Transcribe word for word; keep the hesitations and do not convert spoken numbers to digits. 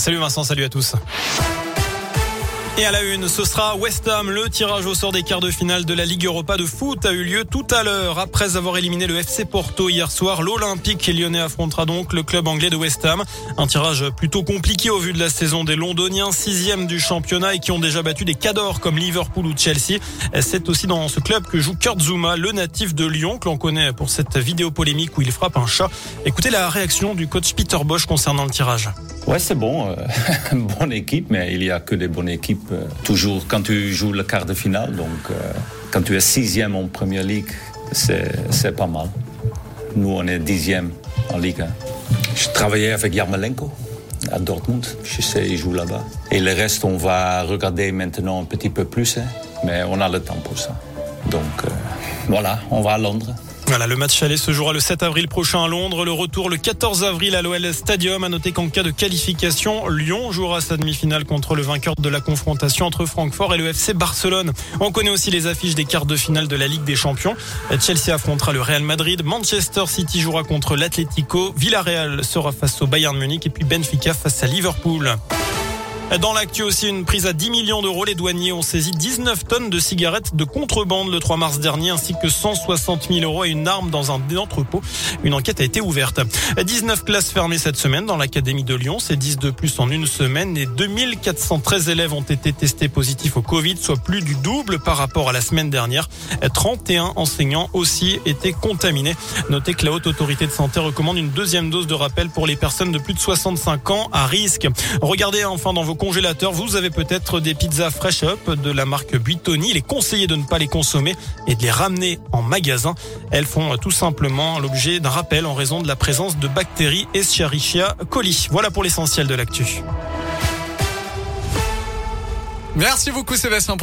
Salut Vincent, salut à tous. Et à la une, ce sera West Ham. Le tirage au sort des quarts de finale de la Ligue Europa de foot a eu lieu tout à l'heure. Après avoir éliminé le F C Porto hier soir, l'Olympique lyonnais affrontera donc le club anglais de West Ham. Un tirage plutôt compliqué au vu de la saison des Londoniens, sixième du championnat et qui ont déjà battu des cadors comme Liverpool ou Chelsea. C'est aussi dans ce club que joue Kurt Zouma, le natif de Lyon, que l'on connaît pour cette vidéo polémique où il frappe un chat. Écoutez la réaction du coach Peter Bosz concernant le tirage. Ouais, c'est bon. Euh, bonne équipe, mais il n'y a que des bonnes équipes. Euh, toujours quand tu joues le quart de finale. Donc, euh, quand tu es sixième en Premier League, c'est, c'est pas mal. Nous, on est dixième en Ligue un. Je travaillais avec Yarmolenko à Dortmund. Je sais, il joue là-bas. Et le reste, on va regarder maintenant un petit peu plus. Hein, mais on a le temps pour ça. Donc, euh, voilà, on va à Londres. Voilà, le match aller se jouera le sept avril prochain à Londres. Le retour le quatorze avril à l'O L Stadium. À noter qu'en cas de qualification, Lyon jouera sa demi-finale contre le vainqueur de la confrontation entre Francfort et le F C Barcelone. On connaît aussi les affiches des quarts de finale de la Ligue des Champions. Chelsea affrontera le Real Madrid. Manchester City jouera contre l'Atlético. Villarreal sera face au Bayern Munich et puis Benfica face à Liverpool. Dans l'actu aussi, une prise à dix millions d'euros. Les douaniers ont saisi dix-neuf tonnes de cigarettes de contrebande le trois mars dernier, ainsi que cent soixante mille euros et une arme dans un entrepôt. Une enquête a été ouverte. dix-neuf classes fermées cette semaine dans l'Académie de Lyon. C'est dix de plus en une semaine et deux mille quatre cent treize élèves ont été testés positifs au Covid, soit plus du double par rapport à la semaine dernière. trente et un enseignants aussi étaient contaminés. Notez que la Haute Autorité de Santé recommande une deuxième dose de rappel pour les personnes de plus de soixante-cinq ans à risque. Regardez enfin dans vos congélateur, vous avez peut-être des pizzas Fresh Up de la marque Buitoni. Il est conseillé de ne pas les consommer et de les ramener en magasin. Elles font tout simplement l'objet d'un rappel en raison de la présence de bactéries Escherichia coli. Voilà pour l'essentiel de l'actu. Merci beaucoup Sébastien.